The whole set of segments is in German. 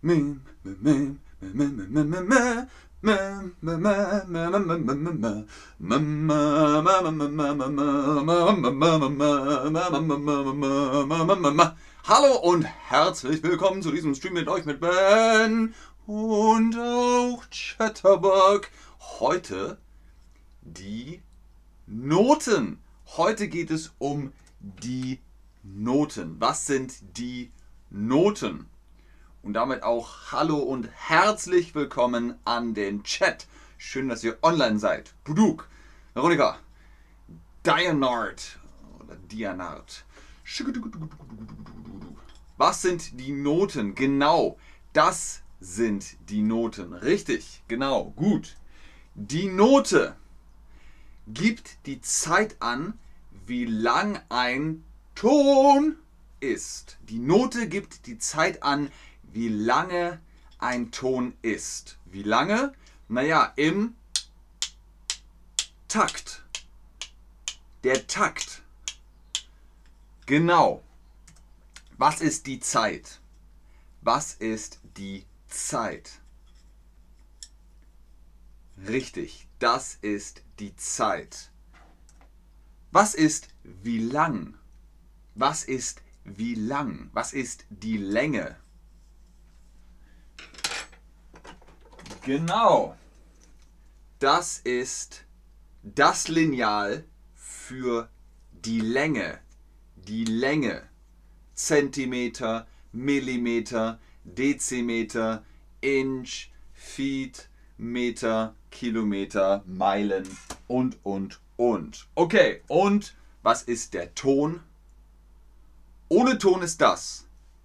Hallo und herzlich willkommen zu diesem Stream mit euch, mit Ben und auch Chatterbug. Heute die Noten. Heute geht es um die Noten. Was sind die Noten? Und damit auch hallo und herzlich willkommen an den Chat. Schön, dass ihr online seid. Buduk, Veronika, Dianard oder Dianard. Was sind die Noten? Genau, das sind die Noten. Richtig, genau, gut. Die Note gibt die Zeit an, wie lang ein Ton ist. Die Note gibt die Zeit an, wie lange ein Ton ist. Wie lange? Naja, im Takt. Der Takt. Genau. Was ist die Zeit? Was ist die Zeit? Richtig, das ist die Zeit. Was ist wie lang? Was ist wie lang? Was ist die Länge? Genau. Das ist das Lineal für die Länge. Die Länge. Zentimeter, Millimeter, Dezimeter, Inch, Feet, Meter, Kilometer, Meilen und. Okay, und was ist der Ton? Ohne Ton ist das.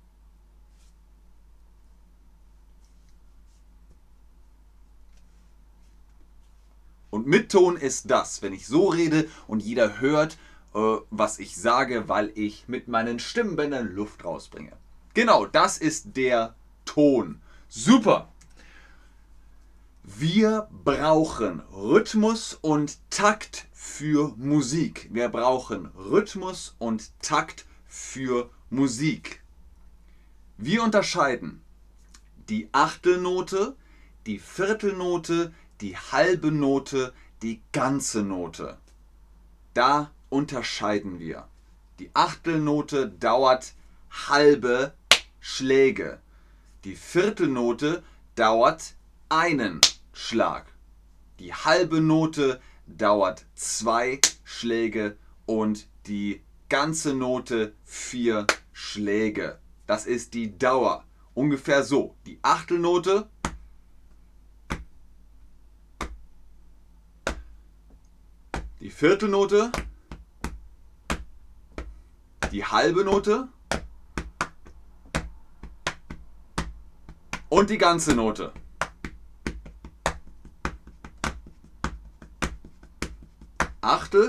Und mit Ton ist das, wenn ich so rede und jeder hört, was ich sage, weil ich mit meinen Stimmbändern Luft rausbringe. Genau, das ist der Ton. Super! Wir brauchen Rhythmus und Takt für Musik. Wir brauchen Rhythmus und Takt für Musik. Wir unterscheiden die Achtelnote, die Viertelnote, die halbe Note, die ganze Note. Da unterscheiden wir. Die Achtelnote dauert halbe Schläge. Die Viertelnote dauert einen Schlag. Die halbe Note dauert 2 Schläge und die ganze Note 4 Schläge. Das ist die Dauer. Ungefähr so. Die Achtelnote die Viertelnote, die halbe Note und die ganze Note. Achtel,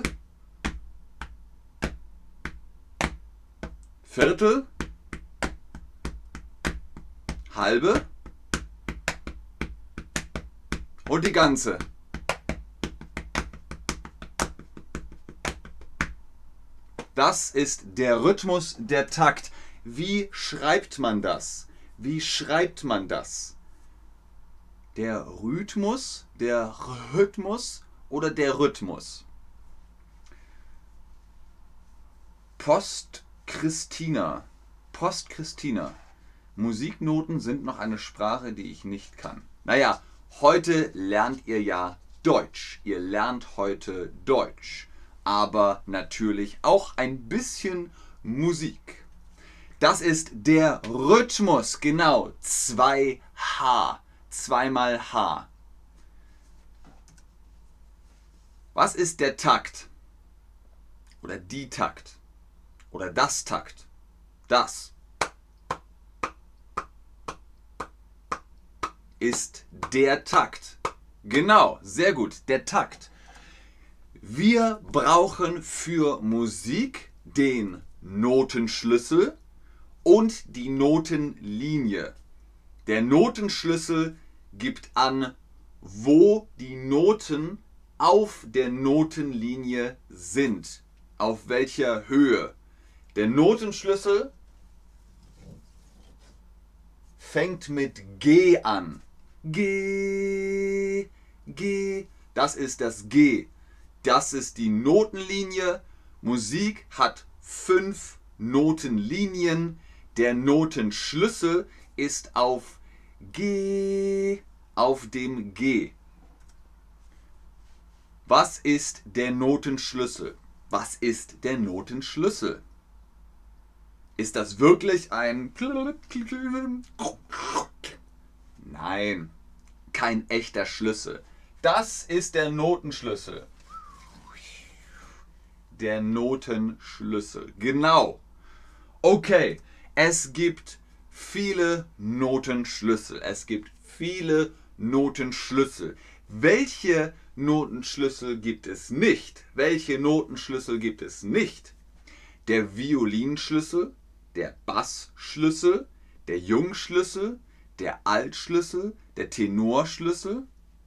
Viertel, halbe und die ganze. Das ist der Rhythmus, der Takt. Wie schreibt man das? Wie schreibt man das? Der Rhythmus, der Rhythmus oder der Rhythmus? Post-Christina. Post-Christina. Musiknoten sind noch eine Sprache, die ich nicht kann. Naja, heute lernt ihr ja Deutsch. Ihr lernt heute Deutsch. Aber natürlich auch ein bisschen Musik. Das ist der Rhythmus, genau, 2H, 2 mal H. Was ist der Takt? Oder die Takt? Oder das Takt? Das ist der Takt. Genau, sehr gut, der Takt. Wir brauchen für Musik den Notenschlüssel und die Notenlinie. Der Notenschlüssel gibt an, wo die Noten auf der Notenlinie sind. Auf welcher Höhe. Der Notenschlüssel fängt mit G an. G, G, das ist das G. Das ist die Notenlinie. Musik hat 5 Notenlinien. Der Notenschlüssel ist auf G, auf dem G. Was ist der Notenschlüssel? Was ist der Notenschlüssel? Ist das wirklich ein... Nein, kein echter Schlüssel. Das ist der Notenschlüssel. Der Notenschlüssel. Genau. Okay, es gibt viele Notenschlüssel. Es gibt viele Notenschlüssel. Welche Notenschlüssel gibt es nicht? Welche Notenschlüssel gibt es nicht? Der Violinschlüssel, der Bassschlüssel, der Jungschlüssel, der Altschlüssel, der Tenorschlüssel.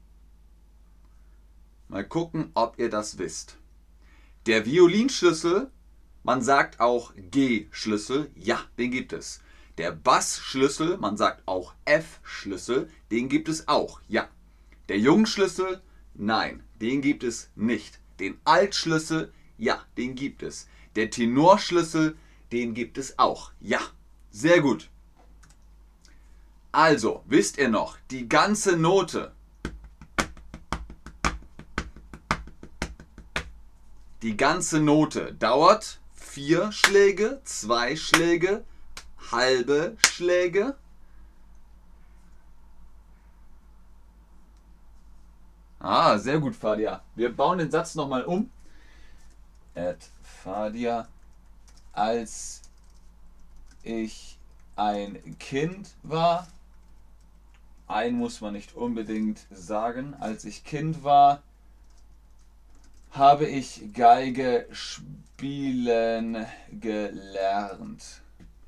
Mal gucken, ob ihr das wisst. Der Violinschlüssel, man sagt auch G-Schlüssel, ja, den gibt es. Der Bassschlüssel, man sagt auch F-Schlüssel, den gibt es auch, ja. Der Jungschlüssel, nein, den gibt es nicht. Den Altschlüssel, ja, den gibt es. Der Tenorschlüssel, den gibt es auch, ja. Sehr gut. Also, wisst ihr noch, die ganze Note. Die ganze Note dauert 4 Schläge, 2 Schläge, halbe Schläge. Ah, sehr gut, Fadia. Wir bauen den Satz nochmal um. Fadia, als ich ein Kind war, ein muss man nicht unbedingt sagen, als ich Kind war, habe ich Geige spielen gelernt.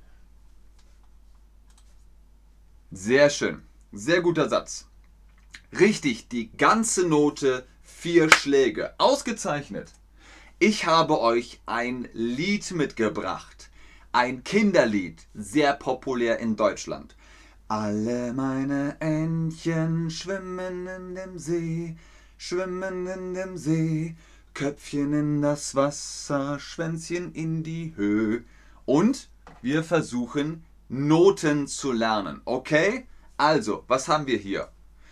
Sehr schön, sehr guter Satz. Richtig, die ganze Note, 4 Schläge. Ausgezeichnet. Ich habe euch ein Lied mitgebracht. Ein Kinderlied, sehr populär in Deutschland. Alle meine Entchen schwimmen in dem See, schwimmen in dem See, Köpfchen in das Wasser, Schwänzchen in die Höhe. Und wir versuchen Noten zu lernen, okay? Also, was haben wir hier?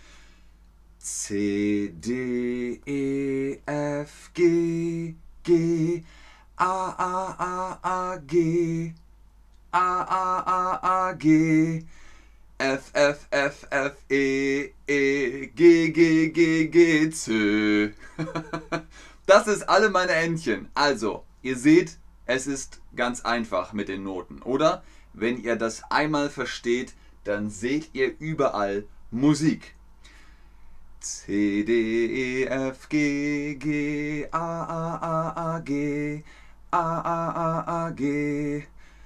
C, D, E, F, G, G, A, A, A, A, G, A, A, A, A, G, F, F, F, F, E, E, G, G, G, G, C. Das ist alle meine Entchen. Also, ihr seht, es ist ganz einfach mit den Noten, oder? Wenn ihr das einmal versteht, dann seht ihr überall Musik. C, D, E, F, G, G, A, A, A, A, G, A, A, A, A, G,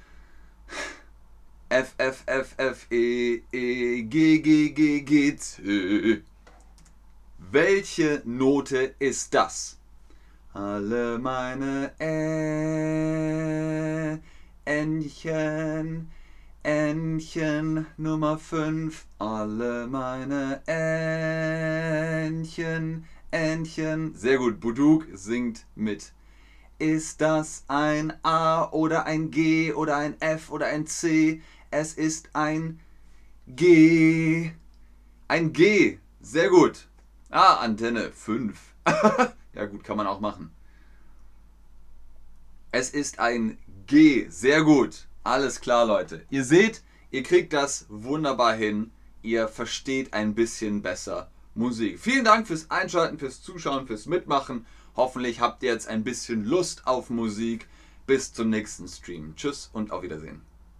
F, F, F, F, E, E, G, G, G, G, C. Welche Note ist das? Alle meine Entchen, Entchen Nummer 5, alle meine Entchen, Entchen. Sehr gut, Buduk singt mit. Ist das ein A oder ein G oder ein F oder ein C? Es ist ein G. Ein G. Sehr gut. Ah, Antenne 5. Ja gut, kann man auch machen. Es ist ein G. Sehr gut. Alles klar, Leute. Ihr seht, ihr kriegt das wunderbar hin. Ihr versteht ein bisschen besser Musik. Vielen Dank fürs Einschalten, fürs Zuschauen, fürs Mitmachen. Hoffentlich habt ihr jetzt ein bisschen Lust auf Musik. Bis zum nächsten Stream. Tschüss und auf Wiedersehen.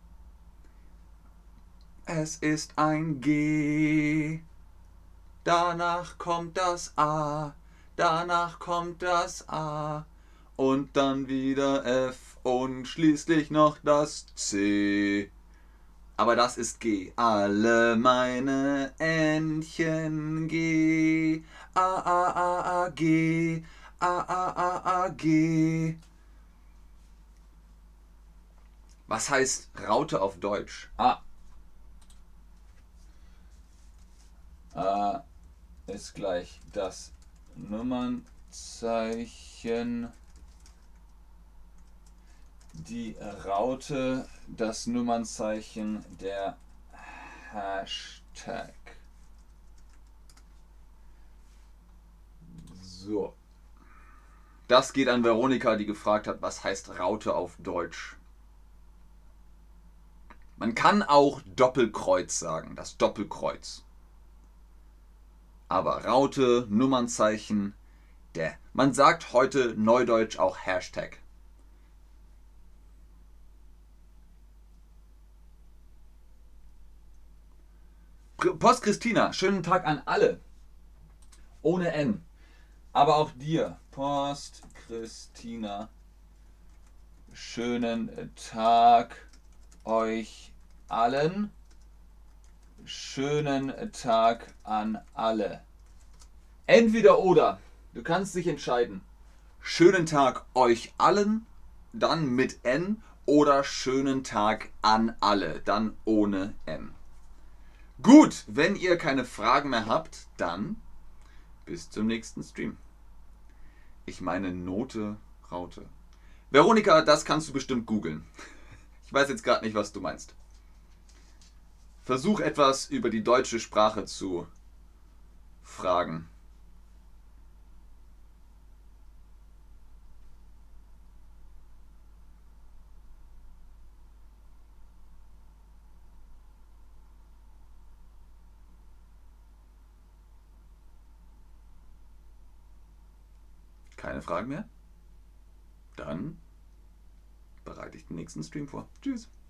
Es ist ein G. Danach kommt das A. Danach kommt das A. Und dann wieder F und schließlich noch das C. Aber das ist G. Alle meine Entchen G. A, A, A, A, G. A, A, A, A, G. Was heißt Raute auf Deutsch? Ah. ist gleich das Nummernzeichen, die Raute, das Nummernzeichen, der Hashtag. So. Das geht an Veronika, die gefragt hat, was heißt Raute auf Deutsch. Man kann auch Doppelkreuz sagen, das Doppelkreuz. Aber Raute, Nummernzeichen, man sagt heute neudeutsch auch Hashtag. Post Christina, schönen Tag an alle. Ohne N. Aber auch dir, Post Christina, schönen Tag euch allen. Schönen Tag an alle. Entweder oder. Du kannst dich entscheiden. Schönen Tag euch allen, dann mit N, oder schönen Tag an alle, dann ohne N. Gut, wenn ihr keine Fragen mehr habt, dann bis zum nächsten Stream. Ich meine Note, Raute. Veronika, das kannst du bestimmt googeln. Ich weiß jetzt gerade nicht, was du meinst. Versuch etwas über die deutsche Sprache zu fragen. Keine Fragen mehr? Dann bereite ich den nächsten Stream vor. Tschüss.